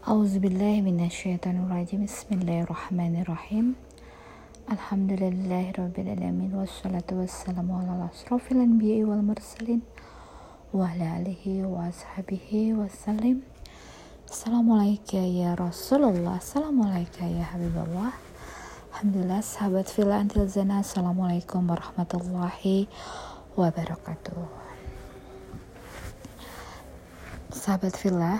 Auzubillahi minasyaitonirrajim. Bismillahirrahmanirrahim. Alhamdulillahirrabbilalamin. Wassalatu wassalamu ala asrofil anbiya'i wal mursalin wa ala alihi wa ashabihi wassalim. Assalamualaikum ya Rasulullah. Assalamualaikum ya Habibullah. Alhamdulillah sahabat Villa Antil Zana. Assalamualaikum warahmatullahi wabarakatuh. Sahabat Villa,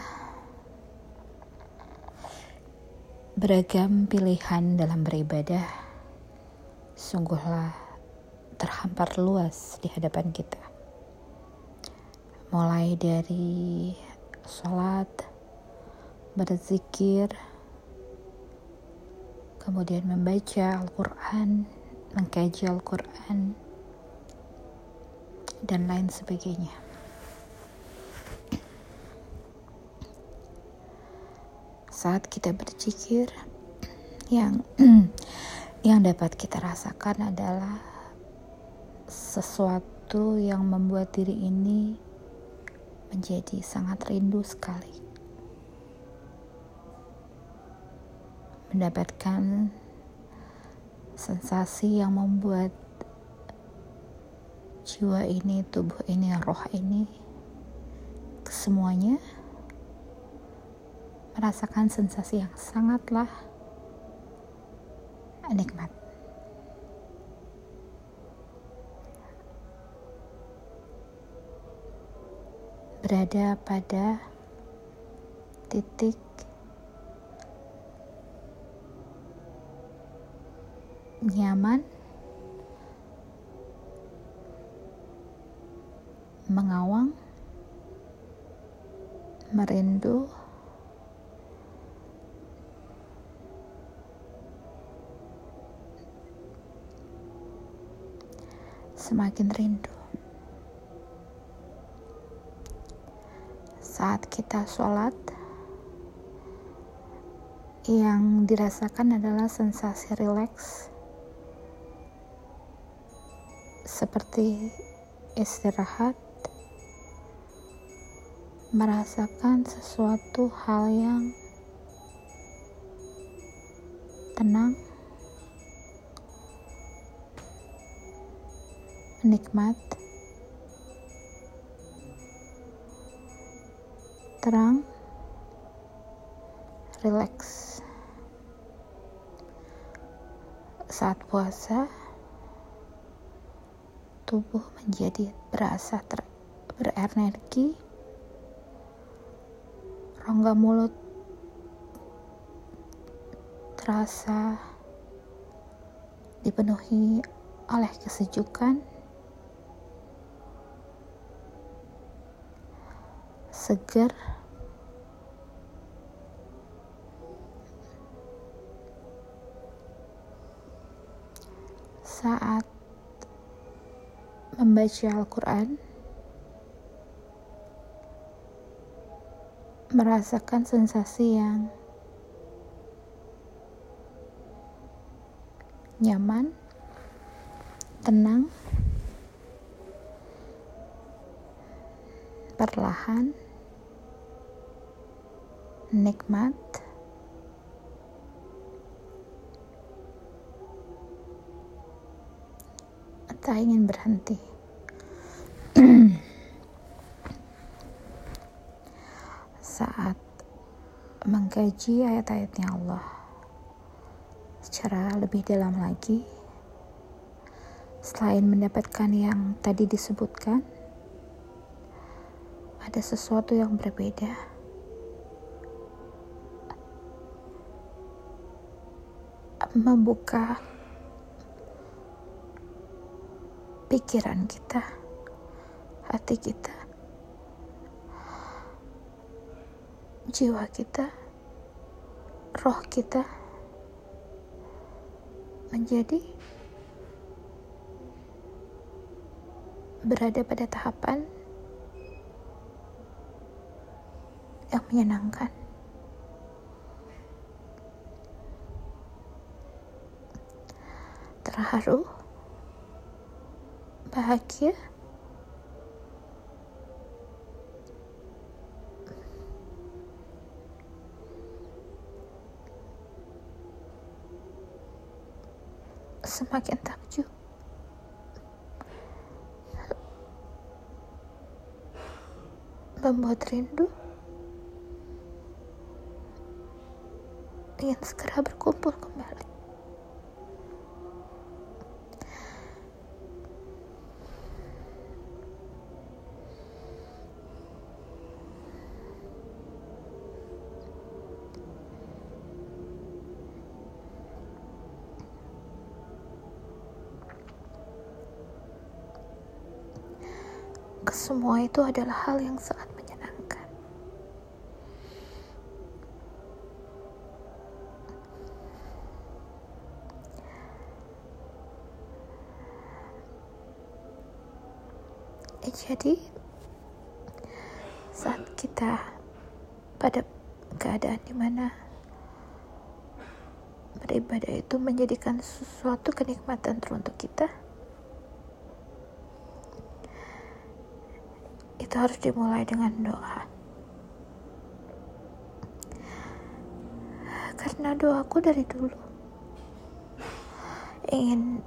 beragam pilihan dalam beribadah sungguhlah terhampar luas di hadapan kita. Mulai dari sholat, berzikir, kemudian membaca Al-Quran, mengkaji Al-Quran, dan lain sebagainya. Saat kita berzikir, yang dapat kita rasakan adalah sesuatu yang membuat diri ini menjadi sangat rindu sekali. Mendapatkan sensasi yang membuat jiwa ini, tubuh ini, roh ini, kesemuanya merasakan sensasi yang sangatlah nikmat. Berada pada titik nyaman, mengawang, merindu, semakin rindu. Saat kita sholat, yang dirasakan adalah sensasi rileks, seperti istirahat, merasakan sesuatu hal yang tenang, nikmat, terang, rileks. Saat puasa, tubuh menjadi berasa berenergi, rongga mulut terasa dipenuhi oleh kesejukan, segar, saat membaca Al-Quran, merasakan sensasi yang nyaman, tenang, perlahan, nikmat, tak ingin berhenti. Saat mengkaji ayat-ayatnya Allah secara lebih dalam lagi, selain mendapatkan yang tadi disebutkan, ada sesuatu yang berbeda. Membuka pikiran kita, hati kita, jiwa kita, roh kita menjadi berada pada tahapan yang menyenangkan. Terharu, bahagia, semakin takjub. Membuat rindu ingin segera berkumpul kembali. Semua itu adalah hal yang sangat menyenangkan. Jadi saat kita pada keadaan dimana beribadah itu menjadikan sesuatu kenikmatan teruntuk kita, itu harus dimulai dengan doa. Karena doaku dari dulu ingin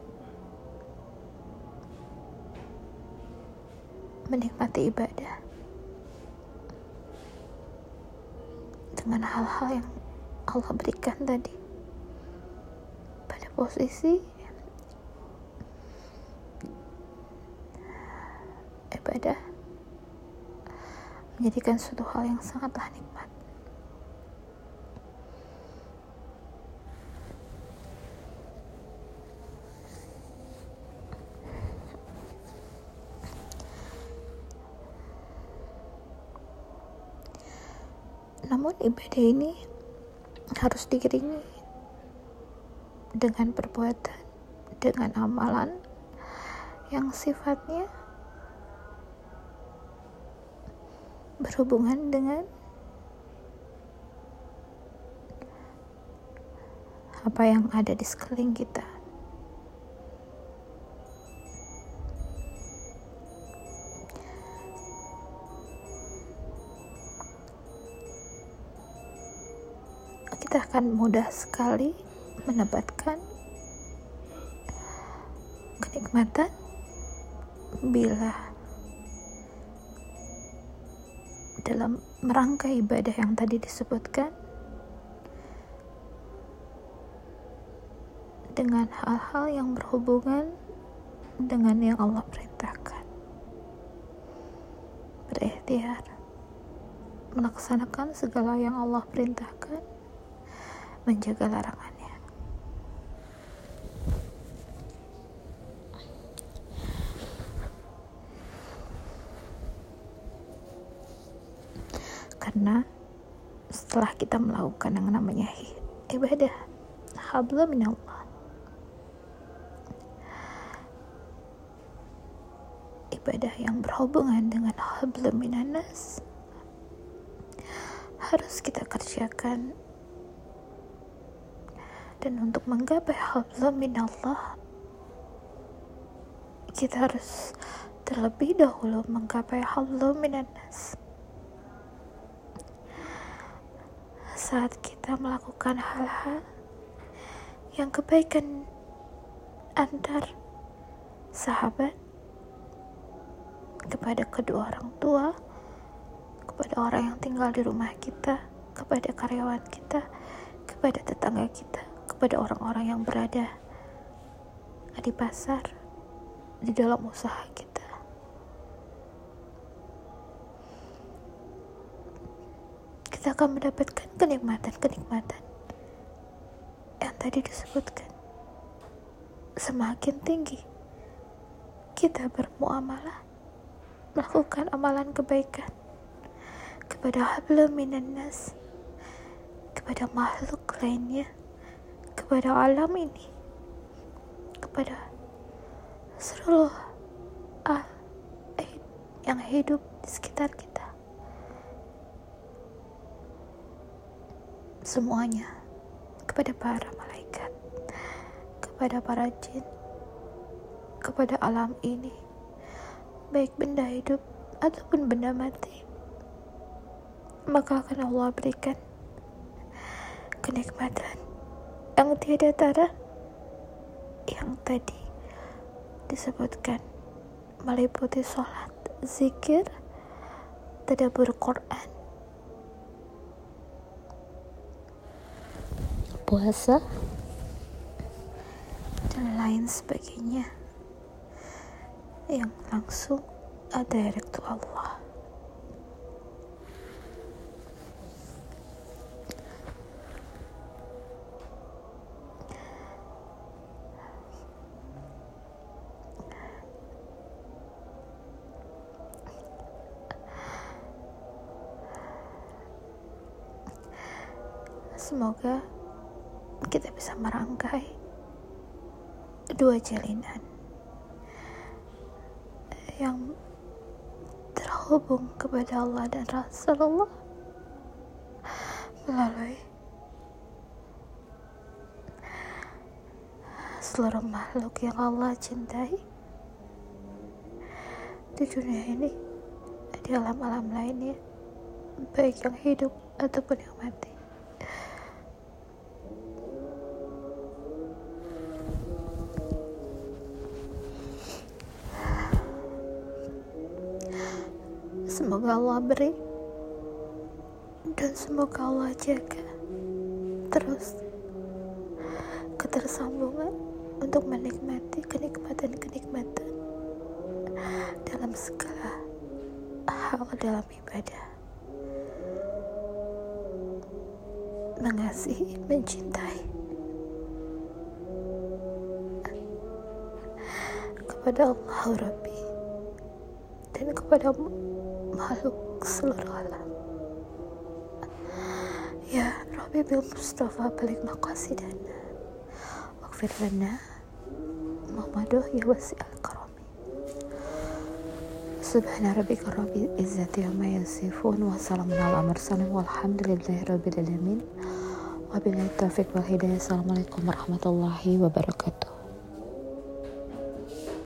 menikmati ibadah dengan hal-hal yang Allah berikan tadi, pada posisi ibadah menjadikan suatu hal yang sangatlah nikmat. Namun ibadah ini harus diiringi dengan perbuatan, dengan amalan yang sifatnya berhubungan dengan apa yang ada di sekeliling kita. Kita akan mudah sekali mendapatkan kenikmatan bila dalam merangkai ibadah yang tadi disebutkan dengan hal-hal yang berhubungan dengan yang Allah perintahkan. Berikhtiar melaksanakan segala yang Allah perintahkan, menjaga larangannya. Karena setelah kita melakukan yang namanya ibadah hablum minallah, ibadah yang berhubungan dengan hablum minannas, harus kita kerjakan. Dan untuk menggapai hablum minallah, kita harus terlebih dahulu menggapai hablum minannas. Saat kita melakukan hal-hal yang kebaikan antar sahabat, kepada kedua orang tua, kepada orang yang tinggal di rumah kita, kepada karyawan kita, kepada tetangga kita, kepada orang-orang yang berada di pasar, di dalam usaha kita. Kita akan mendapatkan kenikmatan-kenikmatan yang tadi disebutkan. Semakin tinggi kita bermuamalah, melakukan amalan kebaikan kepada hablum minannas, kepada makhluk lainnya, kepada alam ini, kepada seluruh yang hidup di sekitar kita, semuanya, kepada para malaikat, kepada para jin, kepada alam ini, baik benda hidup ataupun benda mati, maka akan Allah berikan kenikmatan yang tiada tara yang tadi disebutkan meliputi sholat, zikir, tadabbur Quran, puasa, dan lain sebagainya yang langsung direct to Allah. Semoga kita bisa merangkai dua jalinan yang terhubung kepada Allah dan Rasulullah melalui seluruh makhluk yang Allah cintai di dunia ini, di alam-alam lainnya, baik yang hidup ataupun yang mati. Semoga Allah beri dan semoga Allah jaga terus ketersambungan untuk menikmati kenikmatan-kenikmatan dalam segala hal dalam ibadah, mengasihi, mencintai kepada Allah Rabbi dan kepada makhluk seluruh alam. Ya Rabbi bil Mustafa balik maqasidana waghfir lana Muhammaduh ya wasi al-karami. Subhana rabbika rabbil izzati amma yasifun wa salamun ala mursalin walhamdulillahi rabbil alamin. Wabillahi taufiq wal hidayah. Assalamualaikum warahmatullahi wabarakatuh.